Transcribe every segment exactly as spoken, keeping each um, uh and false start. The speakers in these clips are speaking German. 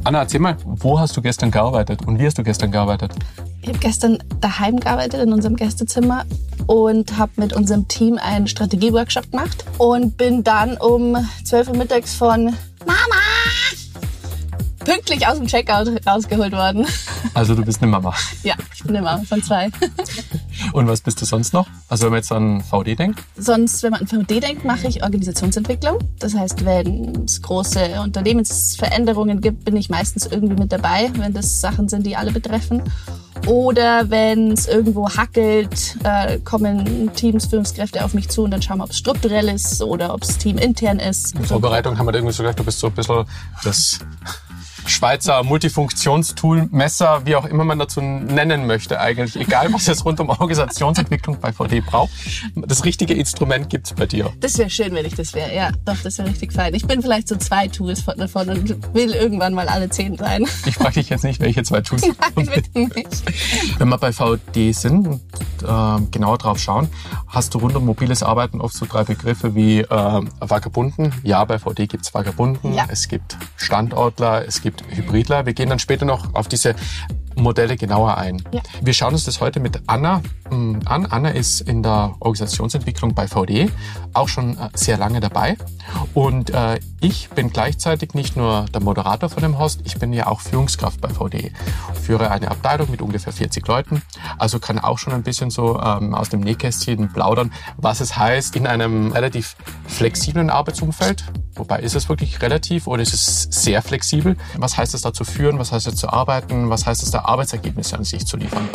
Anna, erzähl mal, wo hast du gestern gearbeitet und wie hast du gestern gearbeitet? Ich habe gestern daheim gearbeitet in unserem Gästezimmer und habe mit unserem Team einen Strategieworkshop gemacht und bin dann um zwölf Uhr mittags von Mama pünktlich aus dem Checkout rausgeholt worden. Also du bist eine Mama. Ja, ich bin eine Mama von zwei. Und was bist du sonst noch? Also wenn man jetzt an V D denkt? Sonst, wenn man an V D denkt, mache ich Organisationsentwicklung. Das heißt, wenn es große Unternehmensveränderungen gibt, bin ich meistens irgendwie mit dabei, wenn das Sachen sind, die alle betreffen. Oder wenn es irgendwo hackelt, äh, kommen Teams, Führungskräfte auf mich zu und dann schauen wir, ob es strukturell ist oder ob es teamintern ist. In Vorbereitung haben wir irgendwie so gesagt, du bist so ein bisschen das Schweizer Multifunktionstool, Messer, wie auch immer man dazu nennen möchte eigentlich. Egal, was es rund um Organisationsentwicklung bei V D braucht. Das richtige Instrument gibt's bei dir. Das wäre schön, wenn ich das wäre. Ja, doch, das wäre richtig fein. Ich bin vielleicht so zwei Tools davon und will irgendwann mal alle zehn sein. Ich frage dich jetzt nicht, welche zwei Tools. Nein, bitte nicht. Wenn wir bei V D sind und äh, genauer drauf schauen, hast du rund um mobiles Arbeiten oft so drei Begriffe wie äh, Vagabunden. Ja, bei V D gibt's Vagabunden. Ja. Es gibt Standortler, es gibt Hybridler. Wir gehen dann später noch auf diese Modelle genauer ein. Ja. Wir schauen uns das heute mit Anna mh, an. Anna ist in der Organisationsentwicklung bei V D auch schon äh, sehr lange dabei. Und äh, ich bin gleichzeitig nicht nur der Moderator von dem Host, ich bin ja auch Führungskraft bei V D. Führe eine Abteilung mit ungefähr vierzig Leuten. Also kann auch schon ein bisschen so ähm, aus dem Nähkästchen plaudern, was es heißt in einem relativ flexiblen Arbeitsumfeld. Wobei, ist es wirklich relativ oder ist es sehr flexibel? Was heißt es da zu führen? Was heißt es zu arbeiten? Was heißt es da Arbeitsergebnisse an sich zu liefern?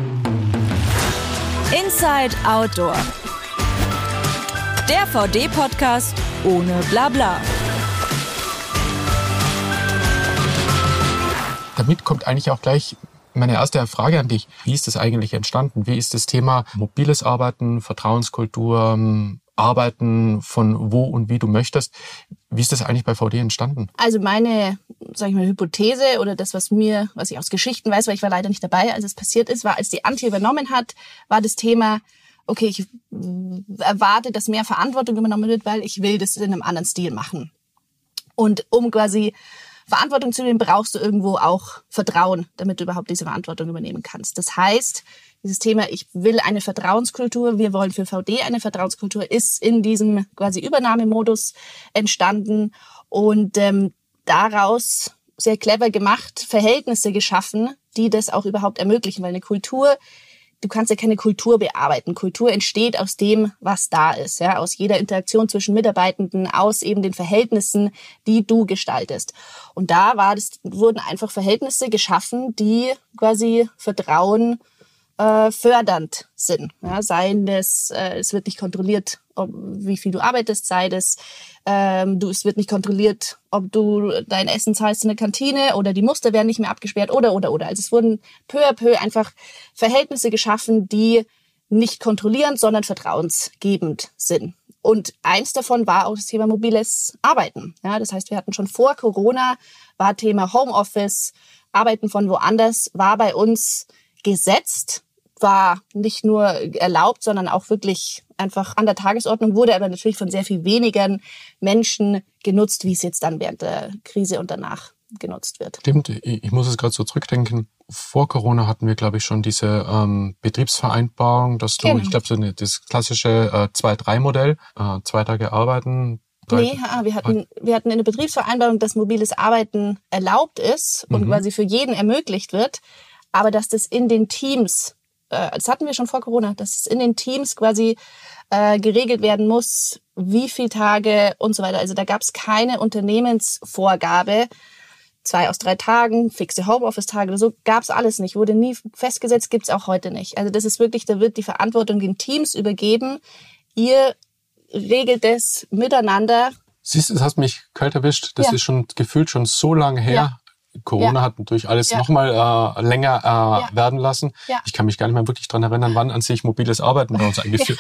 Inside Outdoor. Der V D-Podcast ohne Blabla. Damit kommt eigentlich auch gleich meine erste Frage an dich. Wie ist das eigentlich entstanden? Wie ist das Thema mobiles Arbeiten, Vertrauenskultur, Arbeiten von wo und wie du möchtest? Wie ist das eigentlich bei V D entstanden? Also meine, sag ich mal, Hypothese oder das, was mir, was ich aus Geschichten weiß, weil ich war leider nicht dabei, als es passiert ist, war, als die Antje übernommen hat, war das Thema, okay, ich erwarte, dass mehr Verantwortung übernommen wird, weil ich will das in einem anderen Stil machen. Und um quasi Verantwortung zu nehmen, brauchst du irgendwo auch Vertrauen, damit du überhaupt diese Verantwortung übernehmen kannst. Das heißt, dieses Thema, ich will eine Vertrauenskultur, wir wollen für V D eine Vertrauenskultur, ist in diesem quasi Übernahmemodus entstanden und ähm, daraus sehr clever gemacht, Verhältnisse geschaffen, die das auch überhaupt ermöglichen, weil eine Kultur, du kannst ja keine Kultur bearbeiten. Kultur entsteht aus dem, was da ist, ja, aus jeder Interaktion zwischen Mitarbeitenden, aus eben den Verhältnissen, die du gestaltest. Und da war das, wurden einfach Verhältnisse geschaffen, die quasi Vertrauen äh, fördernd sind. Ja, seien das, äh, es wird nicht kontrolliert, ob, wie viel du arbeitest, sei das, ähm, du, es wird nicht kontrolliert, ob du dein Essen zahlst in der Kantine oder die Muster werden nicht mehr abgesperrt oder, oder, oder. Also es wurden peu à peu einfach Verhältnisse geschaffen, die nicht kontrollierend, sondern vertrauensgebend sind. Und eins davon war auch das Thema mobiles Arbeiten. Ja, das heißt, wir hatten schon vor Corona, war Thema Homeoffice, Arbeiten von woanders, war bei uns gesetzt, war nicht nur erlaubt, sondern auch wirklich einfach an der Tagesordnung, wurde aber natürlich von sehr viel weniger Menschen genutzt, wie es jetzt dann während der Krise und danach genutzt wird. Stimmt, ich muss es gerade so zurückdenken. Vor Corona hatten wir, glaube ich, schon diese ähm, Betriebsvereinbarung, dass du, genau. ich glaube, so eine, das klassische äh, zwei drei Modell, äh, zwei Tage arbeiten. Drei, nee, wir hatten, wir hatten in der Betriebsvereinbarung, dass mobiles Arbeiten erlaubt ist und mhm. quasi für jeden ermöglicht wird, aber dass das in den Teams, äh, das hatten wir schon vor Corona, dass es in den Teams quasi äh, geregelt werden muss, wie viele Tage und so weiter. Also da gab es keine Unternehmensvorgabe, zwei aus drei Tagen, fixe Homeoffice-Tage oder so, gab es alles nicht, wurde nie festgesetzt, gibt es auch heute nicht. Also das ist wirklich, da wird die Verantwortung den Teams übergeben. Ihr regelt das miteinander. Siehst du, das hast mich kalt erwischt. Das ja. ist schon gefühlt schon so lange her. Ja. Corona ja. hat natürlich alles ja. nochmal äh, länger äh, ja. werden lassen. Ja. Ich kann mich gar nicht mehr wirklich dran erinnern, wann an sich mobiles Arbeiten bei uns eingeführt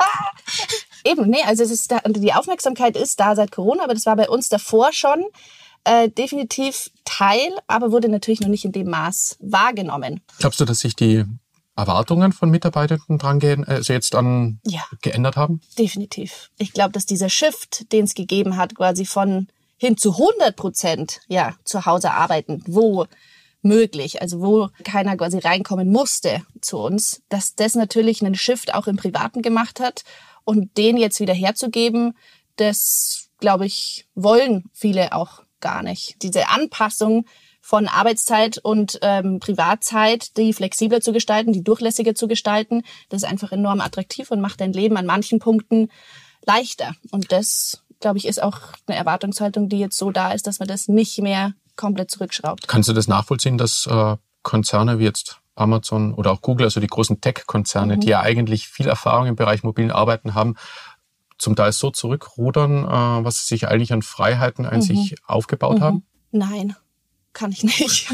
wird. Eben, nee, also es ist da, die Aufmerksamkeit ist da seit Corona, aber das war bei uns davor schon äh, definitiv Teil, aber wurde natürlich noch nicht in dem Maß wahrgenommen. Glaubst du, dass sich die Erwartungen von Mitarbeitenden dran gehen, also jetzt an ja. geändert haben? Definitiv. Ich glaube, dass dieser Shift, den es gegeben hat, quasi von hin zu hundert Prozent ja, zu Hause arbeiten, wo möglich, also wo keiner quasi reinkommen musste zu uns, dass das natürlich einen Shift auch im Privaten gemacht hat und den jetzt wieder herzugeben, das, glaube ich, wollen viele auch gar nicht. Diese Anpassung von Arbeitszeit und ähm, Privatzeit, die flexibler zu gestalten, die durchlässiger zu gestalten, das ist einfach enorm attraktiv und macht dein Leben an manchen Punkten leichter. Und das, glaube ich, ist auch eine Erwartungshaltung, die jetzt so da ist, dass man das nicht mehr komplett zurückschraubt. Kannst du das nachvollziehen, dass äh, Konzerne wie jetzt Amazon oder auch Google, also die großen Tech-Konzerne, mhm. die ja eigentlich viel Erfahrung im Bereich mobilen Arbeiten haben, zum Teil so zurückrudern, äh, was sie sich eigentlich an Freiheiten an mhm. sich aufgebaut mhm. haben? Nein, kann ich nicht.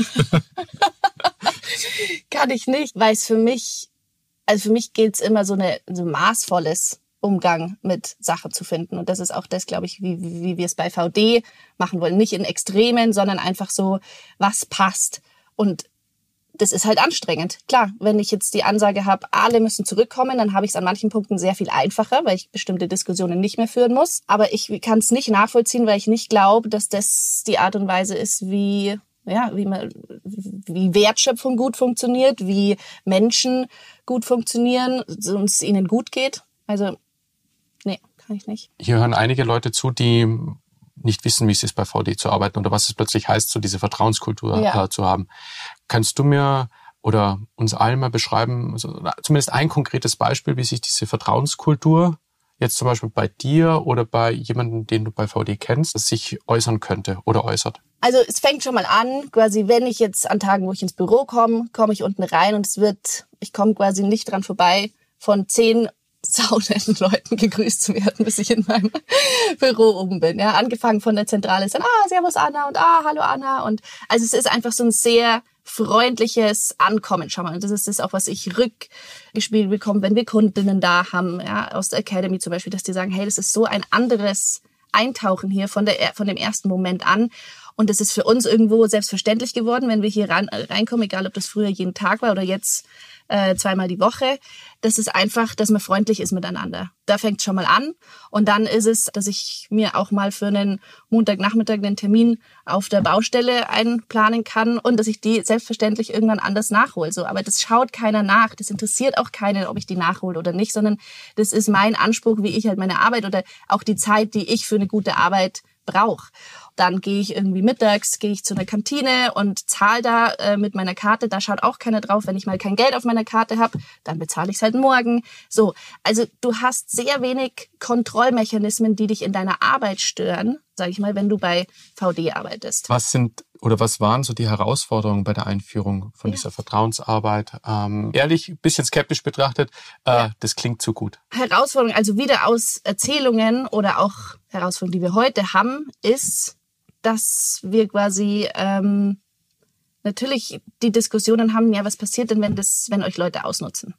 Kann ich nicht, weil es für mich, also für mich gilt es immer so eine so maßvolles Umgang mit Sachen zu finden. Und das ist auch das, glaube ich, wie, wie, wie wir es bei V D machen wollen. Nicht in Extremen, sondern einfach so, was passt. Und das ist halt anstrengend. Klar, wenn ich jetzt die Ansage habe, alle müssen zurückkommen, dann habe ich es an manchen Punkten sehr viel einfacher, weil ich bestimmte Diskussionen nicht mehr führen muss. Aber ich kann es nicht nachvollziehen, weil ich nicht glaube, dass das die Art und Weise ist, wie, ja, wie man, wie Wertschöpfung gut funktioniert, wie Menschen gut funktionieren, und es ihnen gut geht. Also, nee, kann ich nicht. Hier hören einige Leute zu, die nicht wissen, wie es ist, bei V D zu arbeiten oder was es plötzlich heißt, so diese Vertrauenskultur ja. äh, zu haben. Kannst du mir oder uns allen mal beschreiben, also zumindest ein konkretes Beispiel, wie sich diese Vertrauenskultur jetzt zum Beispiel bei dir oder bei jemandem, den du bei V D kennst, das sich äußern könnte oder äußert? Also es fängt schon mal an, quasi wenn ich jetzt an Tagen, wo ich ins Büro komme, komme ich unten rein und es wird, ich komme quasi nicht dran vorbei, von zehn saunetten Leuten gegrüßt zu werden, bis ich in meinem Büro oben bin. Ja, angefangen von der Zentrale ist dann, ah, servus Anna und ah, hallo Anna. Und also es ist einfach so ein sehr freundliches Ankommen. Schau mal, und das ist das auch, was ich rückgespielt bekomme, wenn wir Kundinnen da haben, ja, aus der Academy zum Beispiel, dass die sagen, hey, das ist so ein anderes Eintauchen hier von der, von dem ersten Moment an. Und das ist für uns irgendwo selbstverständlich geworden, wenn wir hier rein, reinkommen, egal ob das früher jeden Tag war oder jetzt äh, zweimal die Woche. Das ist einfach, dass man freundlich ist miteinander. Da fängt es schon mal an. Und dann ist es, dass ich mir auch mal für einen Montagnachmittag einen Termin auf der Baustelle einplanen kann und dass ich die selbstverständlich irgendwann anders nachhole. So, aber das schaut keiner nach. Das interessiert auch keinen, ob ich die nachhole oder nicht, sondern das ist mein Anspruch, wie ich halt meine Arbeit oder auch die Zeit, die ich für eine gute Arbeit brauche. Dann gehe ich irgendwie mittags, gehe ich zu einer Kantine und zahle da äh, mit meiner Karte. Da schaut auch keiner drauf. Wenn ich mal kein Geld auf meiner Karte habe, dann bezahle ich es halt morgen. So, also du hast sehr wenig Kontrollmechanismen, die dich in deiner Arbeit stören, sage ich mal, wenn du bei V D arbeitest. Was sind oder was waren so die Herausforderungen bei der Einführung von ja. dieser Vertrauensarbeit? Ähm, ehrlich, ein bisschen skeptisch betrachtet, äh, ja. das klingt zu gut. Herausforderungen, also wieder aus Erzählungen oder auch Herausforderungen, die wir heute haben, ist, dass wir quasi ähm, natürlich die Diskussionen haben, ja, was passiert denn, wenn das, wenn euch Leute ausnutzen?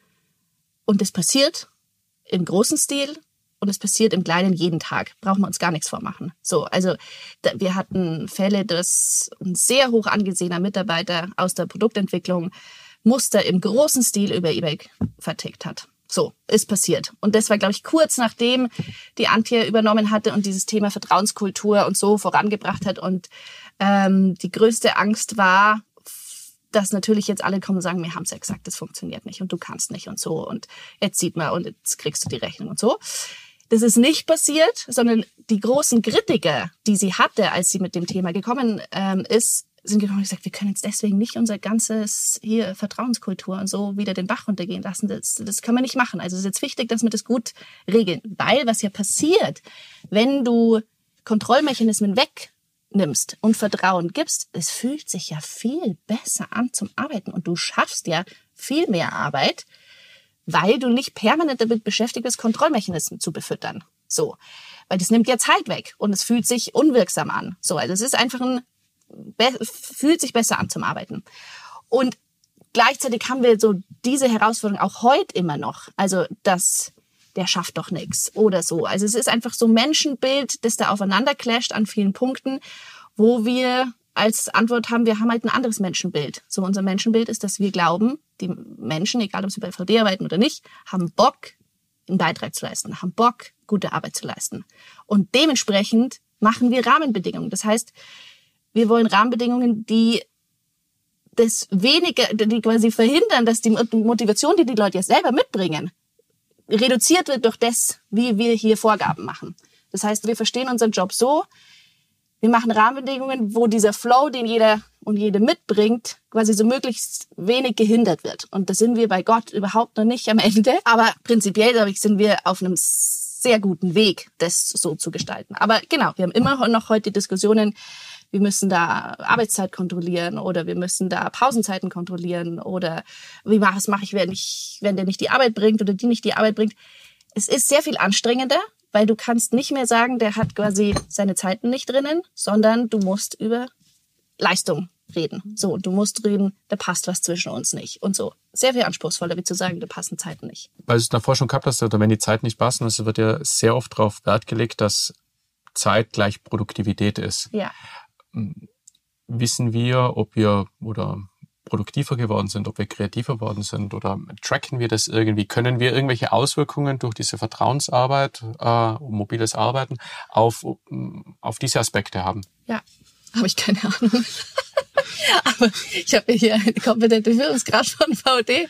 Und das passiert im großen Stil und es passiert im Kleinen jeden Tag. Brauchen wir uns gar nichts vormachen. So, also da, wir hatten Fälle, dass ein sehr hoch angesehener Mitarbeiter aus der Produktentwicklung Muster im großen Stil über eBay vertickt hat. So, ist passiert. Und das war, glaube ich, kurz nachdem die Antje übernommen hatte und dieses Thema Vertrauenskultur und so vorangebracht hat. Und ähm, die größte Angst war, dass natürlich jetzt alle kommen und sagen, wir haben es ja gesagt, das funktioniert nicht und du kannst nicht und so. Und jetzt sieht man und jetzt kriegst du die Rechnung und so. Das ist nicht passiert, sondern die großen Kritiker, die sie hatte, als sie mit dem Thema gekommen ähm, ist, sind gekommen und gesagt, wir können jetzt deswegen nicht unser ganzes hier Vertrauenskultur und so wieder den Bach runtergehen lassen. Das, das können wir nicht machen. Also es ist jetzt wichtig, dass wir das gut regeln. Weil was ja passiert, wenn du Kontrollmechanismen wegnimmst und Vertrauen gibst, es fühlt sich ja viel besser an zum Arbeiten und du schaffst ja viel mehr Arbeit, weil du nicht permanent damit beschäftigt bist, Kontrollmechanismen zu befüttern. So. Weil das nimmt ja Zeit weg und es fühlt sich unwirksam an. So. Also es ist einfach ein Be- fühlt sich besser an zum Arbeiten. Und gleichzeitig haben wir so diese Herausforderung auch heute immer noch. Also, dass der schafft doch nichts oder so. Also es ist einfach so ein Menschenbild, das da aufeinander clasht an vielen Punkten, wo wir als Antwort haben, wir haben halt ein anderes Menschenbild. So unser Menschenbild ist, dass wir glauben, die Menschen, egal ob sie bei V D arbeiten oder nicht, haben Bock, einen Beitrag zu leisten, haben Bock, gute Arbeit zu leisten. Und dementsprechend machen wir Rahmenbedingungen. Das heißt, wir wollen Rahmenbedingungen, die das weniger, die quasi verhindern, dass die Motivation, die die Leute jetzt selber mitbringen, reduziert wird durch das, wie wir hier Vorgaben machen. Das heißt, wir verstehen unseren Job so, wir machen Rahmenbedingungen, wo dieser Flow, den jeder und jede mitbringt, quasi so möglichst wenig gehindert wird. Und da sind wir bei Gott überhaupt noch nicht am Ende. Aber prinzipiell, glaube ich, sind wir auf einem sehr guten Weg, das so zu gestalten. Aber genau, wir haben immer noch heute Diskussionen, wir müssen da Arbeitszeit kontrollieren oder wir müssen da Pausenzeiten kontrollieren oder wie mache was mache ich, wenn ich, wenn der nicht die Arbeit bringt oder die nicht die Arbeit bringt. Es ist sehr viel anstrengender, weil du kannst nicht mehr sagen, der hat quasi seine Zeiten nicht drinnen, sondern du musst über Leistung reden. So, und du musst reden, da passt was zwischen uns nicht und so. Sehr viel anspruchsvoller, wie zu sagen, da passen Zeiten nicht. Weil du es davor schon gehabt hast, oder wenn die Zeiten nicht passen, es wird ja sehr oft darauf Wert gelegt, dass Zeit gleich Produktivität ist. Ja. Wissen wir, ob wir oder produktiver geworden sind, ob wir kreativer geworden sind oder tracken wir das irgendwie? Können wir irgendwelche Auswirkungen durch diese Vertrauensarbeit, äh, mobiles Arbeiten auf, auf diese Aspekte haben? Ja, habe ich keine Ahnung. Aber ich habe hier eine kompetente Führungskraft von V D.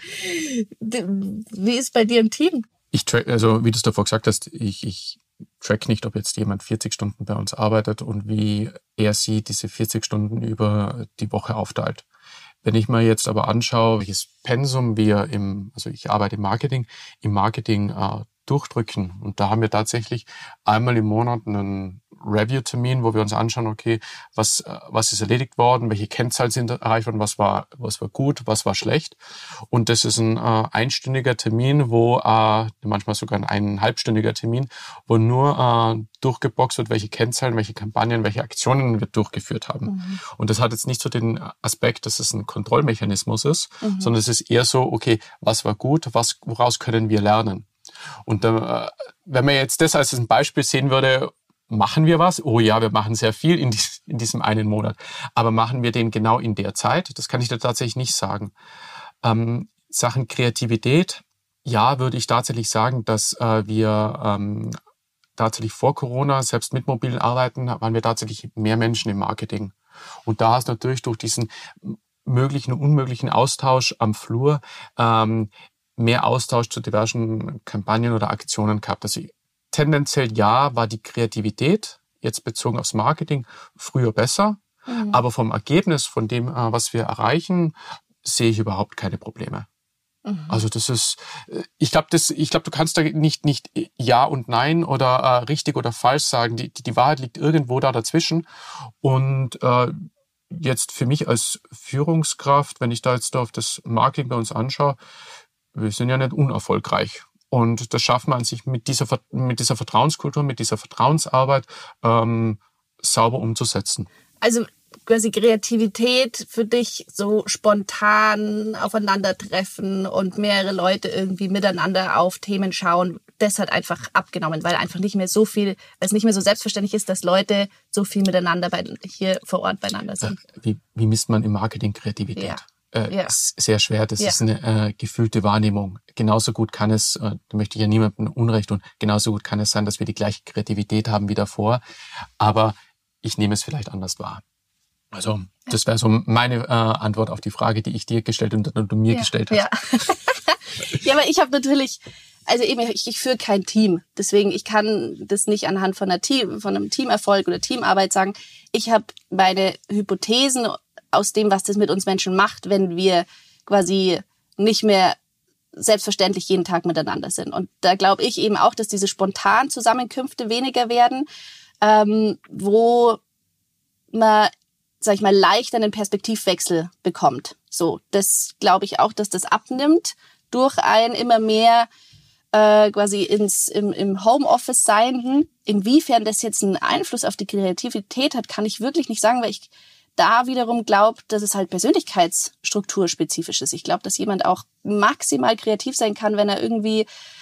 Wie ist bei dir im Team? Ich track, also wie du es davor gesagt hast, ich, ich track nicht, ob jetzt jemand vierzig Stunden bei uns arbeitet und wie er sie diese vierzig Stunden über die Woche aufteilt. Wenn ich mir jetzt aber anschaue, welches Pensum wir im, also ich arbeite im Marketing, im Marketing äh, durchdrücken. Und da haben wir tatsächlich einmal im Monat einen Review-Termin, wo wir uns anschauen, okay, was, was ist erledigt worden, welche Kennzahlen sind erreicht worden, was war, was war gut, was war schlecht. Und das ist ein äh, einstündiger Termin, wo, äh, manchmal sogar ein eineinhalbstündiger Termin, wo nur äh, durchgeboxt wird, welche Kennzahlen, welche Kampagnen, welche Aktionen wir durchgeführt haben. Mhm. Und das hat jetzt nicht so den Aspekt, dass es ein Kontrollmechanismus ist, mhm. sondern es ist eher so, okay, was war gut, was, woraus können wir lernen? Und äh, wenn man jetzt das als ein Beispiel sehen würde, machen wir was? Oh ja, wir machen sehr viel in, dies, in diesem einen Monat. Aber machen wir den genau in der Zeit? Das kann ich da tatsächlich nicht sagen. Ähm, Sachen Kreativität, ja, würde ich tatsächlich sagen, dass äh, wir ähm, tatsächlich vor Corona, selbst mit mobilen Arbeiten, waren wir tatsächlich mehr Menschen im Marketing. Und da ist natürlich durch diesen möglichen und unmöglichen Austausch am Flur ähm, mehr Austausch zu diversen Kampagnen oder Aktionen gehabt. Also tendenziell ja, war die Kreativität, jetzt bezogen aufs Marketing, früher besser. Mhm. Aber vom Ergebnis, von dem, was wir erreichen, sehe ich überhaupt keine Probleme. Mhm. Also das ist, ich glaube, das, ich glaube, du kannst da nicht, nicht Ja und Nein oder äh, richtig oder falsch sagen. Die, die Wahrheit liegt irgendwo da dazwischen. Und äh, jetzt für mich als Führungskraft, wenn ich da jetzt auf das Marketing bei uns anschaue, wir sind ja nicht unerfolgreich. Und das schaffen wir an sich mit dieser, mit dieser Vertrauenskultur, mit dieser Vertrauensarbeit ähm, sauber umzusetzen. Also quasi Kreativität für dich so spontan aufeinandertreffen und mehrere Leute irgendwie miteinander auf Themen schauen, das hat einfach abgenommen, weil einfach nicht mehr so viel, weil es nicht mehr so selbstverständlich ist, dass Leute so viel miteinander bei, hier vor Ort beieinander sind. Wie, wie misst man im Marketing Kreativität? Ja. Äh, ja. Ist sehr schwer, das ja. ist eine äh, gefühlte Wahrnehmung. Genauso gut kann es, äh, da möchte ich ja niemandem Unrecht tun, genauso gut kann es sein, dass wir die gleiche Kreativität haben wie davor, aber ich nehme es vielleicht anders wahr. Also das wäre so meine äh, Antwort auf die Frage, die ich dir gestellt und, und du mir ja. gestellt hast. Ja, ja, aber ich habe natürlich, also eben, ich, ich führe kein Team, deswegen ich kann das nicht anhand von, einer Team, von einem Teamerfolg oder Teamarbeit sagen. Ich habe meine Hypothesen aus dem, was das mit uns Menschen macht, wenn wir quasi nicht mehr selbstverständlich jeden Tag miteinander sind. Und da glaube ich eben auch, dass diese spontanen Zusammenkünfte weniger werden, ähm, wo man, sag ich mal, leichter einen Perspektivwechsel bekommt. So, das glaube ich auch, dass das abnimmt durch ein immer mehr äh, quasi ins im, im Homeoffice sein. Inwiefern das jetzt einen Einfluss auf die Kreativität hat, kann ich wirklich nicht sagen, weil ich da wiederum glaube, dass es halt persönlichkeitsstrukturspezifisch ist. Ich glaube, dass jemand auch maximal kreativ sein kann, wenn er irgendwie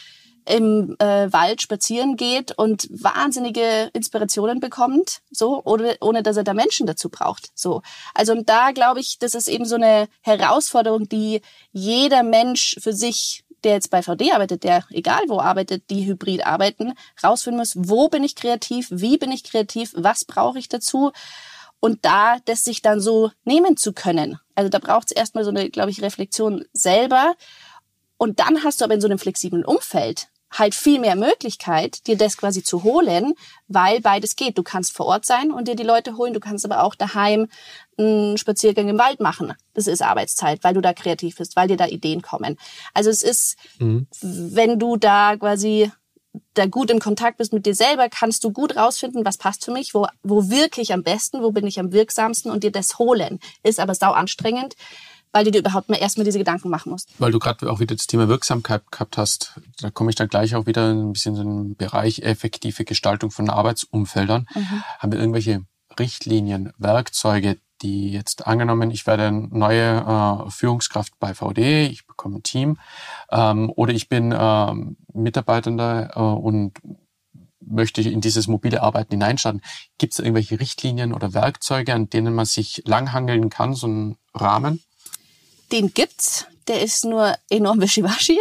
im äh, Wald spazieren geht und wahnsinnige Inspirationen bekommt, so, ohne, ohne dass er da Menschen dazu braucht. So. Also und da glaube ich, das ist eben so eine Herausforderung, die jeder Mensch für sich der jetzt bei V D arbeitet, der egal wo arbeitet, die hybrid arbeiten, rausfinden muss, wo bin ich kreativ, wie bin ich kreativ, was brauche ich dazu und da das sich dann so nehmen zu können. Also da braucht es erstmal so eine, glaube ich, Reflexion selber und dann hast du aber in so einem flexiblen Umfeld halt viel mehr Möglichkeit, dir das quasi zu holen, weil beides geht. Du kannst vor Ort sein und dir die Leute holen, du kannst aber auch daheim einen Spaziergang im Wald machen. Das ist Arbeitszeit, weil du da kreativ bist, weil dir da Ideen kommen. Also es ist, mhm. wenn du da quasi da gut im Kontakt bist mit dir selber, kannst du gut rausfinden, was passt für mich, wo, wo wirke ich am besten, wo bin ich am wirksamsten und dir das holen. Ist aber sau anstrengend, weil du dir überhaupt mal erstmal diese Gedanken machen musst. Weil du gerade auch wieder das Thema Wirksamkeit gehabt hast, da komme ich dann gleich auch wieder ein bisschen in den Bereich effektive Gestaltung von Arbeitsumfeldern. Mhm. Haben wir irgendwelche Richtlinien, Werkzeuge, die jetzt angenommen, ich werde eine neue äh, Führungskraft bei V D, ich bekomme ein Team ähm, oder ich bin äh, Mitarbeitender äh, und möchte in dieses mobile Arbeiten hineinstarten. Gibt es irgendwelche Richtlinien oder Werkzeuge, an denen man sich langhangeln kann, so einen Rahmen? Den gibt's, der ist nur enorm wischiwaschi.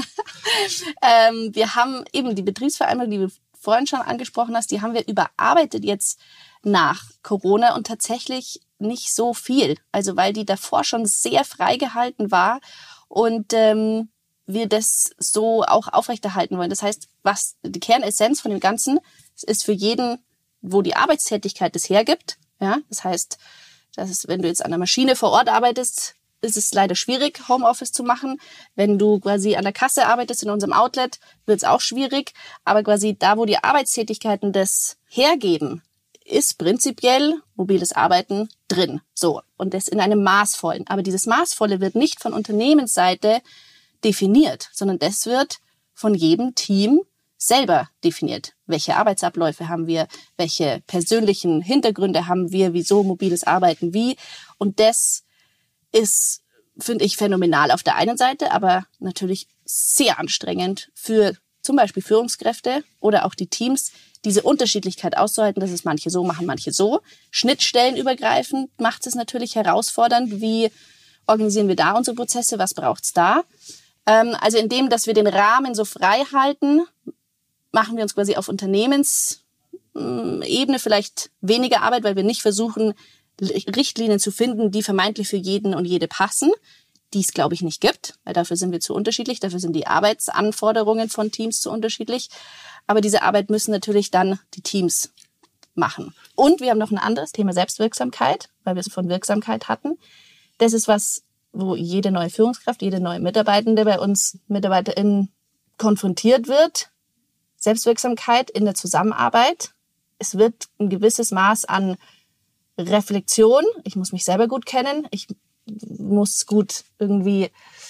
ähm, wir haben eben die Betriebsvereinbarung, die du vorhin schon angesprochen hast, die haben wir überarbeitet jetzt nach Corona und tatsächlich nicht so viel. Also weil die davor schon sehr frei gehalten war und ähm, wir das so auch aufrechterhalten wollen. Das heißt, was die Kernessenz von dem Ganzen ist für jeden, wo die Arbeitstätigkeit das hergibt. Ja, das heißt, das ist, wenn du jetzt an der Maschine vor Ort arbeitest, ist es leider schwierig, Homeoffice zu machen. Wenn du quasi an der Kasse arbeitest in unserem Outlet, wird es auch schwierig. Aber quasi da, wo die Arbeitstätigkeiten das hergeben, ist prinzipiell mobiles Arbeiten drin. So. Und das in einem maßvollen. Aber dieses Maßvolle wird nicht von Unternehmensseite definiert, sondern das wird von jedem Team selber definiert. Welche Arbeitsabläufe haben wir? Welche persönlichen Hintergründe haben wir? Wieso mobiles Arbeiten wie? Und das ist, finde ich, phänomenal auf der einen Seite, aber natürlich sehr anstrengend für zum Beispiel Führungskräfte oder auch die Teams, diese Unterschiedlichkeit auszuhalten, dass es manche so machen, manche so. Schnittstellenübergreifend macht es natürlich herausfordernd. Wie organisieren wir da unsere Prozesse? Was braucht's da? Ähm, also indem, dass wir den Rahmen so frei halten, machen wir uns quasi auf Unternehmensebene vielleicht weniger Arbeit, weil wir nicht versuchen, Richtlinien zu finden, die vermeintlich für jeden und jede passen, die es, glaube ich, nicht gibt, weil dafür sind wir zu unterschiedlich, dafür sind die Arbeitsanforderungen von Teams zu unterschiedlich. Aber diese Arbeit müssen natürlich dann die Teams machen. Und wir haben noch ein anderes Thema, Selbstwirksamkeit, weil wir es von Wirksamkeit hatten. Das ist was, wo jede neue Führungskraft, jede neue Mitarbeitende bei uns MitarbeiterInnen konfrontiert wird. Selbstwirksamkeit in der Zusammenarbeit. Es wird ein gewisses Maß an Reflexion. Ich muss mich selber gut kennen. Ich muss gut irgendwie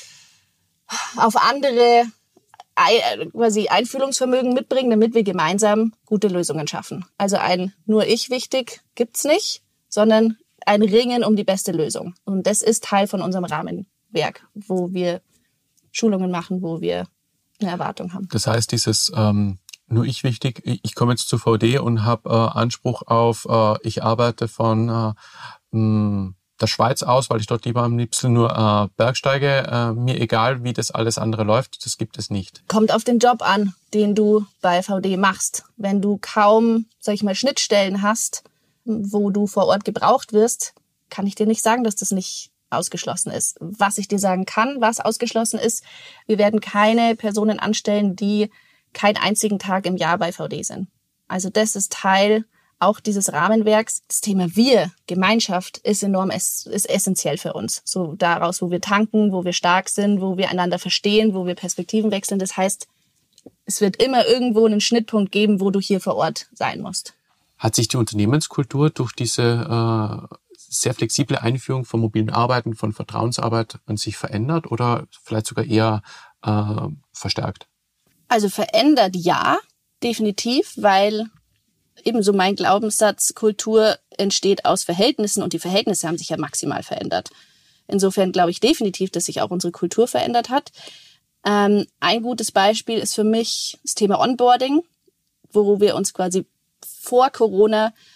auf andere quasi Einfühlungsvermögen mitbringen, damit wir gemeinsam gute Lösungen schaffen. Also ein nur ich wichtig gibt's nicht, sondern ein Ringen um die beste Lösung. Und das ist Teil von unserem Rahmenwerk, wo wir Schulungen machen, wo wir eine Erwartung haben. Das heißt, dieses ähm, nur ich wichtig, ich komme jetzt zu V D und habe äh, Anspruch auf, äh, ich arbeite von äh, mh, der Schweiz aus, weil ich dort lieber am liebsten nur äh, bergsteige. Äh, mir egal, wie das alles andere läuft, das gibt es nicht. Kommt auf den Job an, den du bei V D machst. Wenn du kaum, sag ich mal, Schnittstellen hast, wo du vor Ort gebraucht wirst, kann ich dir nicht sagen, dass das nicht ausgeschlossen ist. Was ich dir sagen kann, was ausgeschlossen ist, wir werden keine Personen anstellen, die keinen einzigen Tag im Jahr bei V D sind. Also das ist Teil auch dieses Rahmenwerks. Das Thema Wir, Gemeinschaft, ist enorm, ist essentiell für uns. So daraus, wo wir tanken, wo wir stark sind, wo wir einander verstehen, wo wir Perspektiven wechseln. Das heißt, es wird immer irgendwo einen Schnittpunkt geben, wo du hier vor Ort sein musst. Hat sich die Unternehmenskultur durch diese äh, sehr flexible Einführung von mobilen Arbeiten, von Vertrauensarbeit an sich verändert oder vielleicht sogar eher äh, verstärkt? Also verändert ja, definitiv, weil ebenso mein Glaubenssatz, Kultur entsteht aus Verhältnissen und die Verhältnisse haben sich ja maximal verändert. Insofern glaube ich definitiv, dass sich auch unsere Kultur verändert hat. Ähm, ein gutes Beispiel ist für mich das Thema Onboarding, wo wir uns quasi vor Corona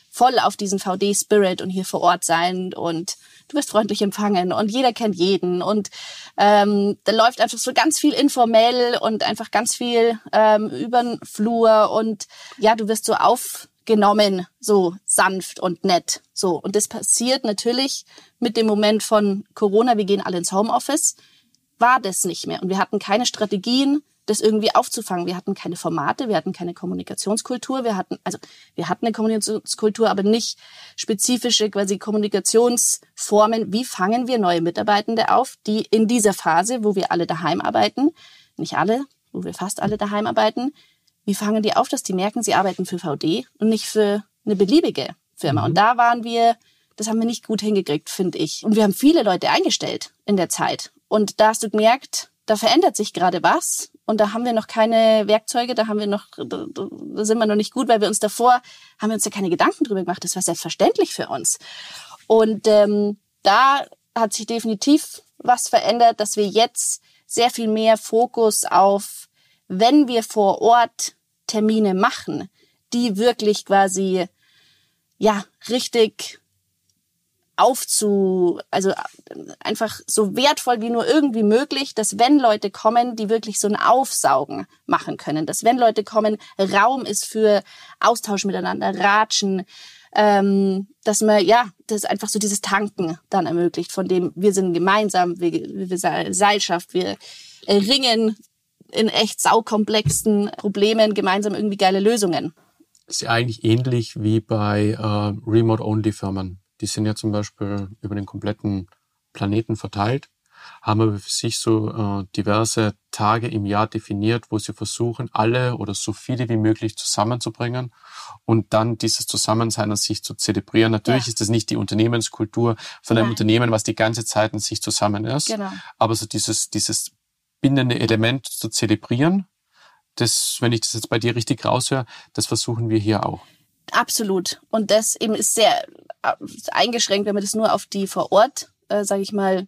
voll auf diesen V D-Spirit und hier vor Ort sein und du wirst freundlich empfangen und jeder kennt jeden und ähm, da läuft einfach so ganz viel informell und einfach ganz viel ähm, über den Flur und ja, du wirst so aufgenommen, so sanft und nett. So, und das passiert natürlich mit dem Moment von Corona, wir gehen alle ins Homeoffice, war das nicht mehr und wir hatten keine Strategien, das irgendwie aufzufangen. Wir hatten keine Formate, wir hatten keine Kommunikationskultur, wir hatten, also wir hatten eine Kommunikationskultur, aber nicht spezifische quasi Kommunikationsformen. Wie fangen wir neue Mitarbeitende auf, die in dieser Phase, wo wir alle daheim arbeiten, nicht alle, wo wir fast alle daheim arbeiten, wie fangen die auf, dass die merken, sie arbeiten für V D und nicht für eine beliebige Firma. Mhm. Und da waren wir, das haben wir nicht gut hingekriegt, finde ich. Und wir haben viele Leute eingestellt in der Zeit. Und da hast du gemerkt, da verändert sich gerade was und da haben wir noch keine Werkzeuge, da haben wir noch, da, da sind wir noch nicht gut, weil wir uns davor, haben wir uns ja keine Gedanken drüber gemacht, das war selbstverständlich für uns. Und ähm, da hat sich definitiv was verändert, dass wir jetzt sehr viel mehr Fokus auf, wenn wir vor Ort Termine machen, die wirklich quasi, ja, richtig aufzu, also einfach so wertvoll wie nur irgendwie möglich, dass wenn Leute kommen, die wirklich so ein Aufsaugen machen können, dass wenn Leute kommen, Raum ist für Austausch miteinander, Ratschen, ähm, dass man, ja, das einfach so dieses Tanken dann ermöglicht, von dem wir sind gemeinsam, wir, wir sind Seilschaft, wir ringen in echt saukomplexen Problemen gemeinsam irgendwie geile Lösungen. Das ist ja eigentlich ähnlich wie bei äh, Remote-Only-Firmen. Die sind ja zum Beispiel über den kompletten Planeten verteilt, haben aber für sich so äh, diverse Tage im Jahr definiert, wo sie versuchen, alle oder so viele wie möglich zusammenzubringen und dann dieses Zusammensein an sich zu zelebrieren. Natürlich ja. ist das nicht die Unternehmenskultur von einem Nein. Unternehmen, was die ganze Zeit in sich zusammen ist, genau. aber so dieses, dieses bindende Element zu zelebrieren, das, wenn ich das jetzt bei dir richtig raushöre, das versuchen wir hier auch. Absolut. Und das eben ist sehr eingeschränkt, wenn man das nur auf die vor Ort, äh, sage ich mal,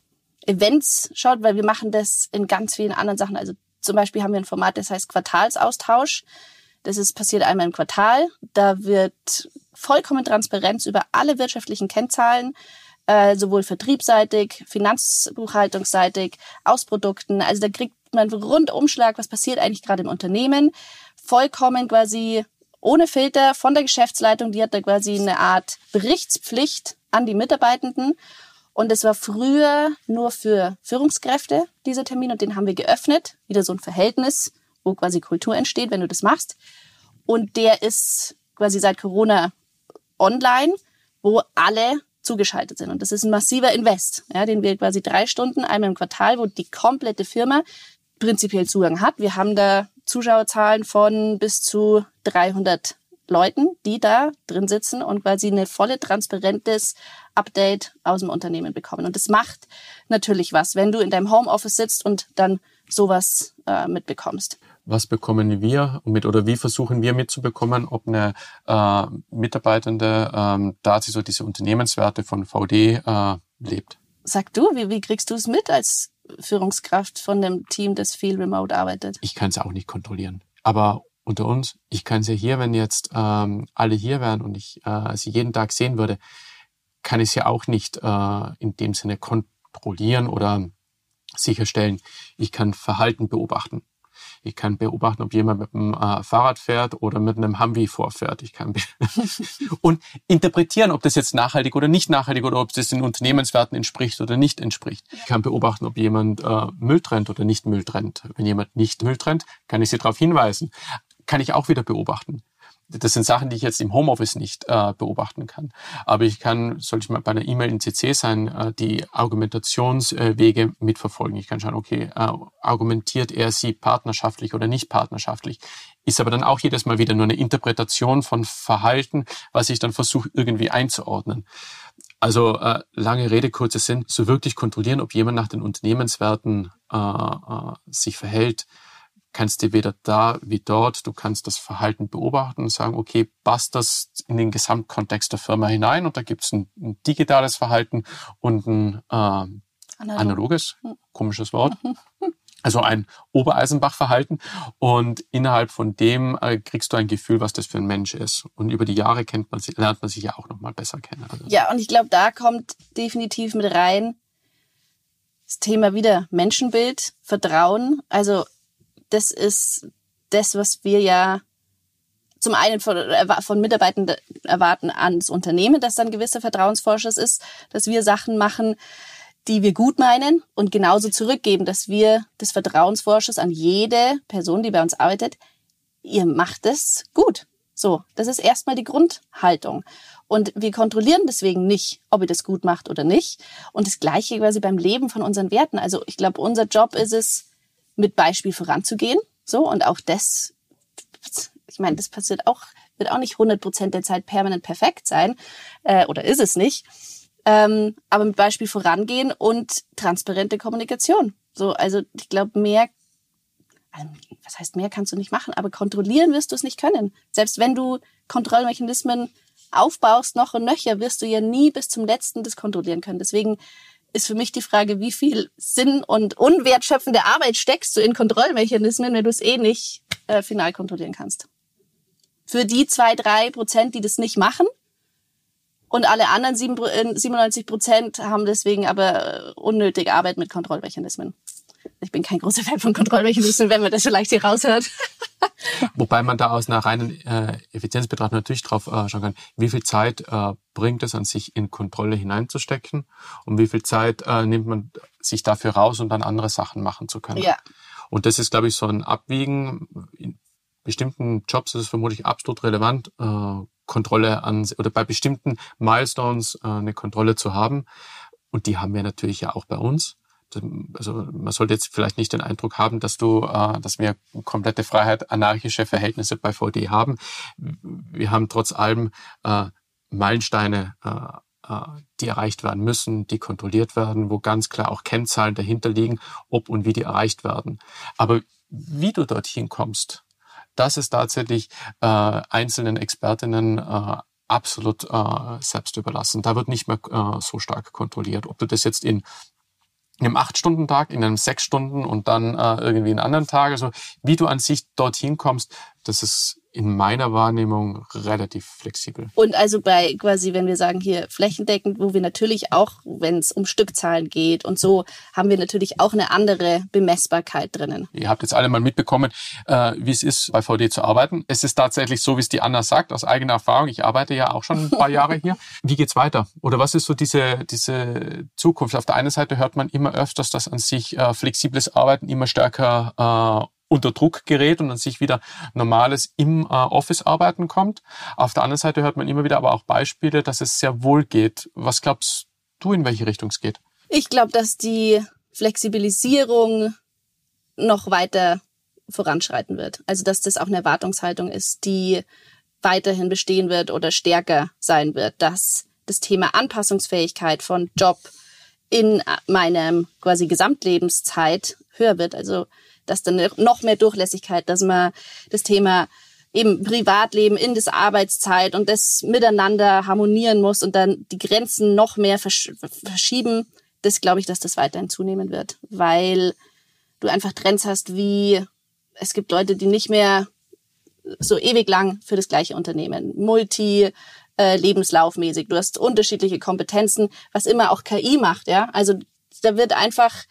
Events schaut, weil wir machen das in ganz vielen anderen Sachen. Also zum Beispiel haben wir ein Format, das heißt Quartalsaustausch. Das ist passiert einmal im Quartal. Da wird vollkommen Transparenz über alle wirtschaftlichen Kennzahlen, äh, sowohl vertriebsseitig, finanzbuchhaltungsseitig, aus Produkten. Also da kriegt man einen Rundumschlag, was passiert eigentlich gerade im Unternehmen. Vollkommen quasi ohne Filter von der Geschäftsleitung, die hat da quasi eine Art Berichtspflicht an die Mitarbeitenden. Und es war früher nur für Führungskräfte, dieser Termin, und den haben wir geöffnet. Wieder so ein Verhältnis, wo quasi Kultur entsteht, wenn du das machst. Und der ist quasi seit Corona online, wo alle zugeschaltet sind. Und das ist ein massiver Invest, ja, den wir quasi drei Stunden, einmal im Quartal, wo die komplette Firma prinzipiell Zugang hat. Wir haben da Zuschauerzahlen von bis zu dreihundert Leuten, die da drin sitzen und quasi eine volle, transparentes Update aus dem Unternehmen bekommen. Und das macht natürlich was, wenn du in deinem Homeoffice sitzt und dann sowas äh, mitbekommst. Was bekommen wir mit oder wie versuchen wir mitzubekommen, ob eine äh, Mitarbeitende ähm, da so diese Unternehmenswerte von V D äh, lebt? Sag du, wie, wie kriegst du es mit als Führungskraft von einem Team, das viel remote arbeitet? Ich kann es auch nicht kontrollieren. Aber unter uns, ich kann es ja hier, wenn jetzt ähm, alle hier wären und ich äh, sie jeden Tag sehen würde, kann ich es ja auch nicht äh, in dem Sinne kontrollieren oder sicherstellen. Ich kann Verhalten beobachten. Ich kann beobachten, ob jemand mit einem äh, Fahrrad fährt oder mit einem Humvee vorfährt. Ich kann und interpretieren, ob das jetzt nachhaltig oder nicht nachhaltig oder ob das den Unternehmenswerten entspricht oder nicht entspricht. Ich kann beobachten, ob jemand äh, Müll trennt oder nicht Müll trennt. Wenn jemand nicht Müll trennt, kann ich sie darauf hinweisen. Kann ich auch wieder beobachten. Das sind Sachen, die ich jetzt im Homeoffice nicht äh, beobachten kann. Aber ich kann, soll ich mal bei einer E-Mail in C C sein, äh, die Argumentationswege äh, mitverfolgen. Ich kann schauen, okay, äh, argumentiert er sie partnerschaftlich oder nicht partnerschaftlich? Ist aber dann auch jedes Mal wieder nur eine Interpretation von Verhalten, was ich dann versuche irgendwie einzuordnen. Also äh, lange Rede, kurzer Sinn, so wirklich kontrollieren, ob jemand nach den Unternehmenswerten äh, äh, sich verhält, kannst du weder da wie dort, du kannst das Verhalten beobachten und sagen, okay, passt das in den Gesamtkontext der Firma hinein? Und da gibt es ein, ein digitales Verhalten und ein äh, Analog. analoges, komisches Wort. Also ein Obereisenbach-Verhalten, und innerhalb von dem äh, kriegst du ein Gefühl, was das für ein Mensch ist. Und über die Jahre kennt man, lernt man sich ja auch nochmal besser kennen. Also ja, und ich glaube, da kommt definitiv mit rein das Thema wieder Menschenbild, Vertrauen. Also das ist das, was wir ja zum einen von, von Mitarbeitern erwarten ans Unternehmen, dass dann ein gewisser Vertrauensvorschuss ist, dass wir Sachen machen, die wir gut meinen und genauso zurückgeben, dass wir das Vertrauensvorschuss an jede Person, die bei uns arbeitet, ihr macht es gut. So, das ist erstmal die Grundhaltung. Und wir kontrollieren deswegen nicht, ob ihr das gut macht oder nicht. Und das Gleiche quasi beim Leben von unseren Werten. Also ich glaube, unser Job ist es, mit Beispiel voranzugehen. So, und auch das, ich meine, das passiert auch, wird auch nicht hundert Prozent der Zeit permanent perfekt sein. Äh, oder ist es nicht. Ähm, aber mit Beispiel vorangehen und transparente Kommunikation. So, also ich glaube, mehr, also, was heißt mehr kannst du nicht machen, aber kontrollieren wirst du es nicht können. Selbst wenn du Kontrollmechanismen aufbaust, noch und nöcher, wirst du ja nie bis zum Letzten das kontrollieren können. Deswegen ist für mich die Frage, wie viel Sinn und unwertschöpfende Arbeit steckst du in Kontrollmechanismen, wenn du es eh nicht äh, final kontrollieren kannst. Für die zwei, drei Prozent, die das nicht machen, und alle anderen siebenundneunzig Prozent haben deswegen aber unnötig Arbeit mit Kontrollmechanismen. Ich bin kein großer Fan von Kontrollmechanismen, wenn man das vielleicht hier raushört. Wobei man da aus einer reinen äh, Effizienzbetrachtung natürlich drauf äh, schauen kann, wie viel Zeit äh, bringt es an sich in Kontrolle hineinzustecken und wie viel Zeit äh, nimmt man sich dafür raus, um dann andere Sachen machen zu können. Ja. Und das ist, glaube ich, so ein Abwiegen. In bestimmten Jobs ist es vermutlich absolut relevant, äh, Kontrolle an, oder bei bestimmten Milestones äh, eine Kontrolle zu haben. Und die haben wir natürlich ja auch bei uns. Also man sollte jetzt vielleicht nicht den Eindruck haben, dass du, äh, dass wir komplette Freiheit, anarchische Verhältnisse bei V D haben. Wir haben trotz allem äh, Meilensteine, äh, äh, die erreicht werden müssen, die kontrolliert werden, wo ganz klar auch Kennzahlen dahinter liegen, ob und wie die erreicht werden. Aber wie du dorthin kommst, das ist tatsächlich äh, einzelnen Expertinnen äh, absolut äh, selbst überlassen. Da wird nicht mehr äh, so stark kontrolliert. Ob du das jetzt in einem acht-Stunden-Tag, in einem sechs Stunden und dann äh, irgendwie einen anderen Tag, also wie du an sich dorthin kommst, das ist in meiner Wahrnehmung relativ flexibel. Und also bei quasi, wenn wir sagen hier flächendeckend, wo wir natürlich auch, wenn es um Stückzahlen geht und so, haben wir natürlich auch eine andere Bemessbarkeit drinnen. Ihr habt jetzt alle mal mitbekommen, äh, wie es ist, bei V D zu arbeiten. Es ist tatsächlich so, wie es die Anna sagt, aus eigener Erfahrung. Ich arbeite ja auch schon ein paar Jahre hier. Wie geht's weiter? Oder was ist so diese diese Zukunft? Auf der einen Seite hört man immer öfters, dass an sich äh, flexibles Arbeiten immer stärker äh, unter Druck gerät und an sich wieder normales im äh, Office-Arbeiten kommt. Auf der anderen Seite hört man immer wieder aber auch Beispiele, dass es sehr wohl geht. Was glaubst du, in welche Richtung es geht? Ich glaube, dass die Flexibilisierung noch weiter voranschreiten wird. Also dass das auch eine Erwartungshaltung ist, die weiterhin bestehen wird oder stärker sein wird. Dass das Thema Anpassungsfähigkeit von Job in meinem quasi Gesamtlebenszeit höher wird. Also dass dann noch mehr Durchlässigkeit, dass man das Thema eben Privatleben in das Arbeitszeit und das miteinander harmonieren muss und dann die Grenzen noch mehr versch- verschieben, das glaube ich, dass das weiterhin zunehmen wird, weil du einfach Trends hast, wie es gibt Leute, die nicht mehr so ewig lang für das gleiche Unternehmen, multi äh, lebenslaufmäßig, du hast unterschiedliche Kompetenzen, was immer auch K I macht, ja, also da wird einfach,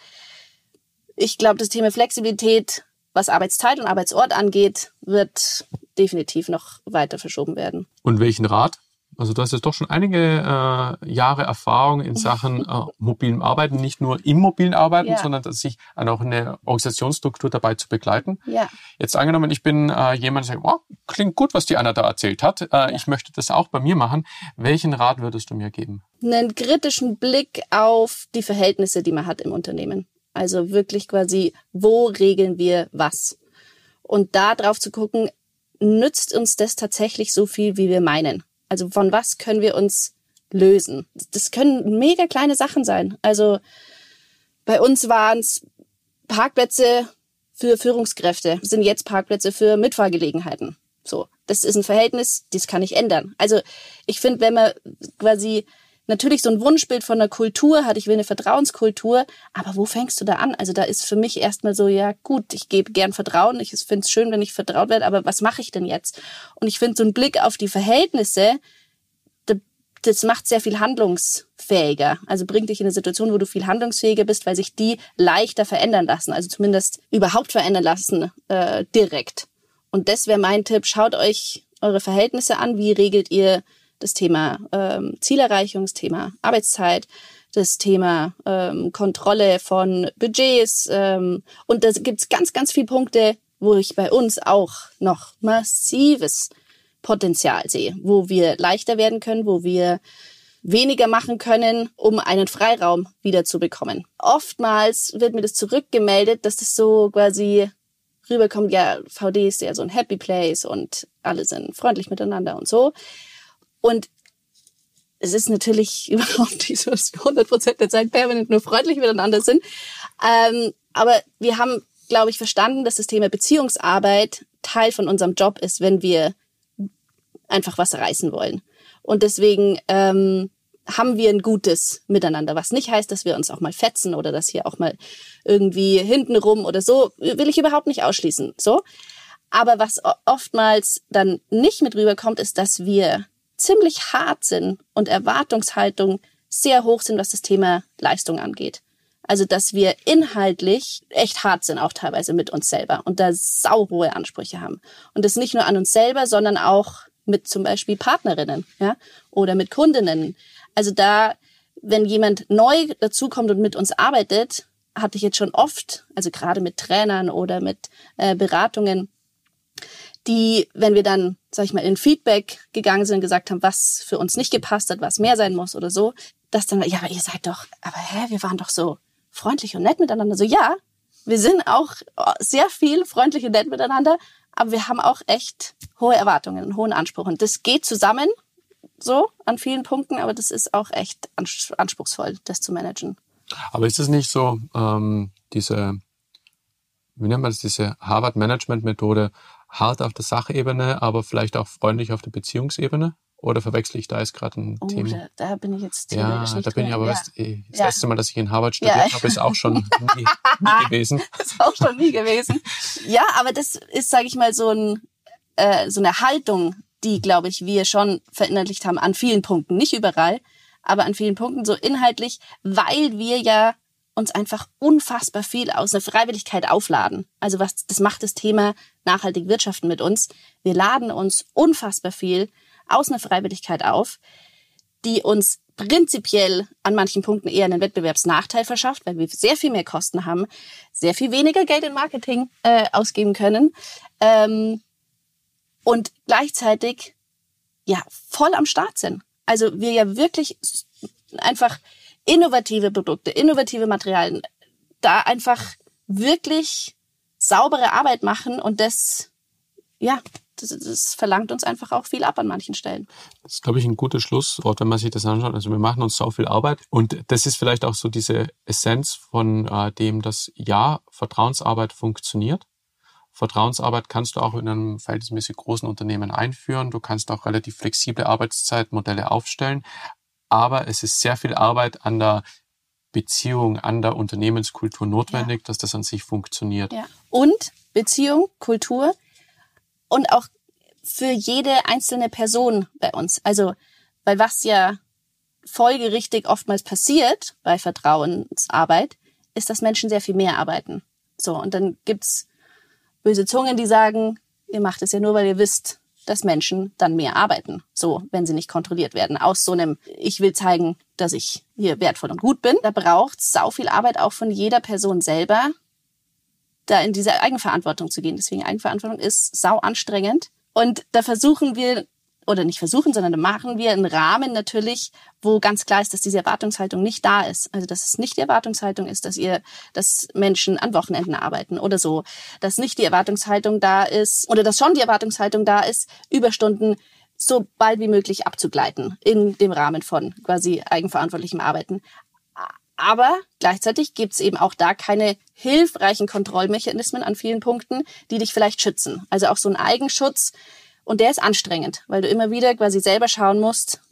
ich glaube, das Thema Flexibilität, was Arbeitszeit und Arbeitsort angeht, wird definitiv noch weiter verschoben werden. Und welchen Rat? Also du hast jetzt doch schon einige äh, Jahre Erfahrung in Sachen äh, mobilen Arbeiten, nicht nur im mobilen Arbeiten, ja. sondern sich auch eine Organisationsstruktur dabei zu begleiten. Ja. Jetzt angenommen, ich bin äh, jemand, der sagt, oh, klingt gut, was die Anna da erzählt hat. Äh, ja. Ich möchte das auch bei mir machen. Welchen Rat würdest du mir geben? Einen kritischen Blick auf die Verhältnisse, die man hat im Unternehmen. Also wirklich quasi, wo regeln wir was? Und da drauf zu gucken, nützt uns das tatsächlich so viel, wie wir meinen? Also von was können wir uns lösen? Das können mega kleine Sachen sein. Also bei uns waren es Parkplätze für Führungskräfte, sind jetzt Parkplätze für Mitfahrgelegenheiten. So, das ist ein Verhältnis, das kann ich ändern. Also ich finde, wenn man quasi natürlich so ein Wunschbild von einer Kultur hat, ich will eine Vertrauenskultur, aber wo fängst du da an? Also da ist für mich erstmal so, ja gut, ich gebe gern Vertrauen, ich finde es schön, wenn ich vertraut werde, aber was mache ich denn jetzt? Und ich finde so ein Blick auf die Verhältnisse, das macht sehr viel handlungsfähiger. Also bringt dich in eine Situation, wo du viel handlungsfähiger bist, weil sich die leichter verändern lassen, also zumindest überhaupt verändern lassen, äh, direkt. Und das wäre mein Tipp, schaut euch eure Verhältnisse an, wie regelt ihr das Thema ähm, Zielerreichung, das Thema Arbeitszeit, das Thema ähm, Kontrolle von Budgets. Ähm, und da gibt's ganz, ganz viele Punkte, wo ich bei uns auch noch massives Potenzial sehe, wo wir leichter werden können, wo wir weniger machen können, um einen Freiraum wieder zu bekommen. Oftmals wird mir das zurückgemeldet, dass das so quasi rüberkommt, ja, V D ist ja so ein Happy Place und alle sind freundlich miteinander und so. Und es ist natürlich überhaupt nicht so, dass wir hundert Prozent der Zeit permanent nur freundlich miteinander sind. Ähm, aber wir haben, glaube ich, verstanden, dass das Thema Beziehungsarbeit Teil von unserem Job ist, wenn wir einfach was reißen wollen. Und deswegen ähm, haben wir ein gutes Miteinander, was nicht heißt, dass wir uns auch mal fetzen oder dass hier auch mal irgendwie hintenrum oder so, will ich überhaupt nicht ausschließen. So. Aber was oftmals dann nicht mit rüberkommt, ist, dass wir ziemlich hart sind und Erwartungshaltung sehr hoch sind, was das Thema Leistung angeht. Also, dass wir inhaltlich echt hart sind, auch teilweise mit uns selber und da sauhohe Ansprüche haben. Und das nicht nur an uns selber, sondern auch mit zum Beispiel Partnerinnen, ja, oder mit Kundinnen. Also da, wenn jemand neu dazukommt und mit uns arbeitet, hatte ich jetzt schon oft, also gerade mit Trainern oder mit äh, Beratungen, die, wenn wir dann, sag ich mal, in Feedback gegangen sind und gesagt haben, was für uns nicht gepasst hat, was mehr sein muss oder so, dass dann, ja, aber ihr seid doch, aber hä, wir waren doch so freundlich und nett miteinander. So, ja, wir sind auch sehr viel freundlich und nett miteinander, aber wir haben auch echt hohe Erwartungen, einen hohen Anspruch. Und das geht zusammen so an vielen Punkten, aber das ist auch echt anspruchsvoll, das zu managen. Aber ist es nicht so, ähm, diese, wie nennt man das, diese Harvard-Management-Methode, hart auf der Sachebene, aber vielleicht auch freundlich auf der Beziehungsebene? Oder verwechsel ich da jetzt gerade ein oh, Thema? Da, da bin ich jetzt Ja, nicht da bin ich aber ja. was, eh, das ja. letzte Mal, dass ich in Harvard studiert ja. habe, ist auch schon nie, nie gewesen. Das ist auch schon nie gewesen. Ja, aber das ist, sage ich mal, so, ein, äh, so eine Haltung, die, glaube ich, wir schon verinnerlicht haben an vielen Punkten. Nicht überall, aber an vielen Punkten so inhaltlich, weil wir ja uns einfach unfassbar viel aus einer Freiwilligkeit aufladen. Also was das macht das Thema nachhaltig wirtschaften mit uns. Wir laden uns unfassbar viel aus einer Freiwilligkeit auf, die uns prinzipiell an manchen Punkten eher einen Wettbewerbsnachteil verschafft, weil wir sehr viel mehr Kosten haben, sehr viel weniger Geld in Marketing äh, ausgeben können ähm, und gleichzeitig ja voll am Start sind. Also wir ja wirklich einfach innovative Produkte, innovative Materialien, da einfach wirklich saubere Arbeit machen und das, ja, das, das verlangt uns einfach auch viel ab an manchen Stellen. Das ist, glaube ich, ein gutes Schlusswort, wenn man sich das anschaut. Also wir machen uns so viel Arbeit und das ist vielleicht auch so diese Essenz von äh, dem, dass ja, Vertrauensarbeit funktioniert. Vertrauensarbeit kannst du auch in einem verhältnismäßig großen Unternehmen einführen. Du kannst auch relativ flexible Arbeitszeitmodelle aufstellen. Aber es ist sehr viel Arbeit an der Beziehung, an der Unternehmenskultur notwendig, ja. dass das an sich funktioniert. Ja. Und Beziehung, Kultur und auch für jede einzelne Person bei uns. Also, weil was ja folgerichtig oftmals passiert bei Vertrauensarbeit, ist, dass Menschen sehr viel mehr arbeiten. So, und dann gibt's böse Zungen, die sagen, ihr macht es ja nur, weil ihr wisst, dass Menschen dann mehr arbeiten, so, wenn sie nicht kontrolliert werden. Aus so einem, ich will zeigen, dass ich hier wertvoll und gut bin. Da braucht es sau viel Arbeit auch von jeder Person selber, da in diese Eigenverantwortung zu gehen. Deswegen Eigenverantwortung ist sau anstrengend. Und da versuchen wir, oder nicht versuchen, sondern da machen wir einen Rahmen natürlich, wo ganz klar ist, dass diese Erwartungshaltung nicht da ist. Also, dass es nicht die Erwartungshaltung ist, dass ihr, dass Menschen an Wochenenden arbeiten oder so. Dass nicht die Erwartungshaltung da ist, oder dass schon die Erwartungshaltung da ist, Überstunden so bald wie möglich abzugleiten in dem Rahmen von quasi eigenverantwortlichem Arbeiten. Aber gleichzeitig gibt's eben auch da keine hilfreichen Kontrollmechanismen an vielen Punkten, die dich vielleicht schützen. Also auch so ein Eigenschutz. Und der ist anstrengend, weil du immer wieder quasi selber schauen musst,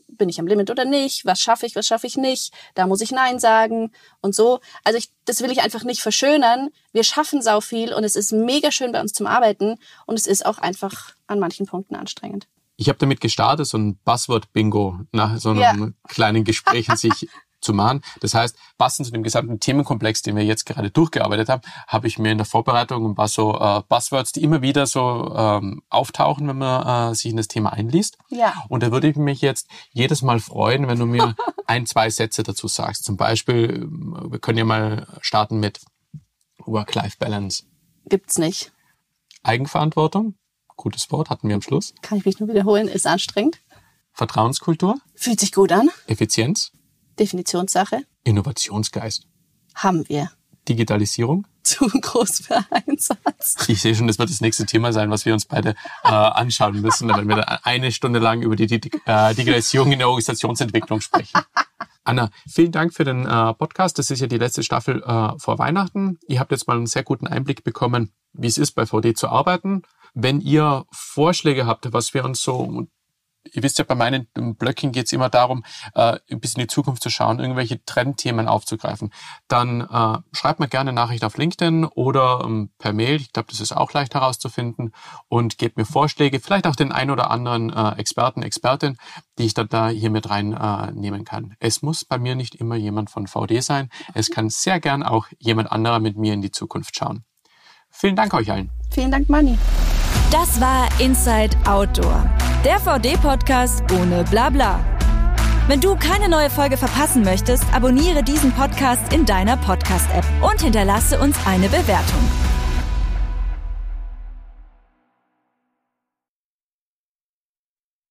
bin ich am Limit oder nicht, was schaffe ich, was schaffe ich nicht, da muss ich Nein sagen und so. Also ich, das will ich einfach nicht verschönern. Wir schaffen sau viel und es ist mega schön bei uns zum Arbeiten und es ist auch einfach an manchen Punkten anstrengend. Ich habe damit gestartet, so ein Buzzword-Bingo nach so einem ja. kleinen Gespräch an sich zu machen. Das heißt, passend zu dem gesamten Themenkomplex, den wir jetzt gerade durchgearbeitet haben, habe ich mir in der Vorbereitung ein paar so äh, Buzzwords, die immer wieder so ähm, auftauchen, wenn man äh, sich in das Thema einliest. Ja. Und da würde ich mich jetzt jedes Mal freuen, wenn du mir ein, zwei Sätze dazu sagst. Zum Beispiel, wir können ja mal starten mit Work-Life-Balance. Gibt's nicht. Eigenverantwortung, gutes Wort, hatten wir am Schluss. Kann ich mich nur wiederholen, ist anstrengend. Vertrauenskultur. Fühlt sich gut an. Effizienz. Definitionssache. Innovationsgeist. Haben wir. Digitalisierung. Zu groß für Einsatz. Ich sehe schon, das wird das nächste Thema sein, was wir uns beide äh, anschauen müssen, wenn wir eine Stunde lang über die, die, die äh, Digitalisierung in der Organisationsentwicklung sprechen. Anna, vielen Dank für den äh, Podcast. Das ist ja die letzte Staffel äh, vor Weihnachten. Ihr habt jetzt mal einen sehr guten Einblick bekommen, wie es ist, bei V D zu arbeiten. Wenn ihr Vorschläge habt, was wir uns so... Ihr wisst ja, bei meinen Blöcken geht es immer darum, äh, ein bisschen in die Zukunft zu schauen, irgendwelche Trendthemen aufzugreifen. Dann äh, schreibt mir gerne eine Nachricht auf LinkedIn oder ähm, per Mail. Ich glaube, das ist auch leicht herauszufinden. Und gebt mir Vorschläge, vielleicht auch den ein oder anderen äh, Experten, Expertin, die ich dann da hier mit reinnehmen äh, kann. Es muss bei mir nicht immer jemand von V D sein. Es kann sehr gern auch jemand anderer mit mir in die Zukunft schauen. Vielen Dank euch allen. Vielen Dank, Manni. Das war Inside Outdoor, der V D-Podcast ohne Blabla. Wenn du keine neue Folge verpassen möchtest, abonniere diesen Podcast in deiner Podcast-App und hinterlasse uns eine Bewertung.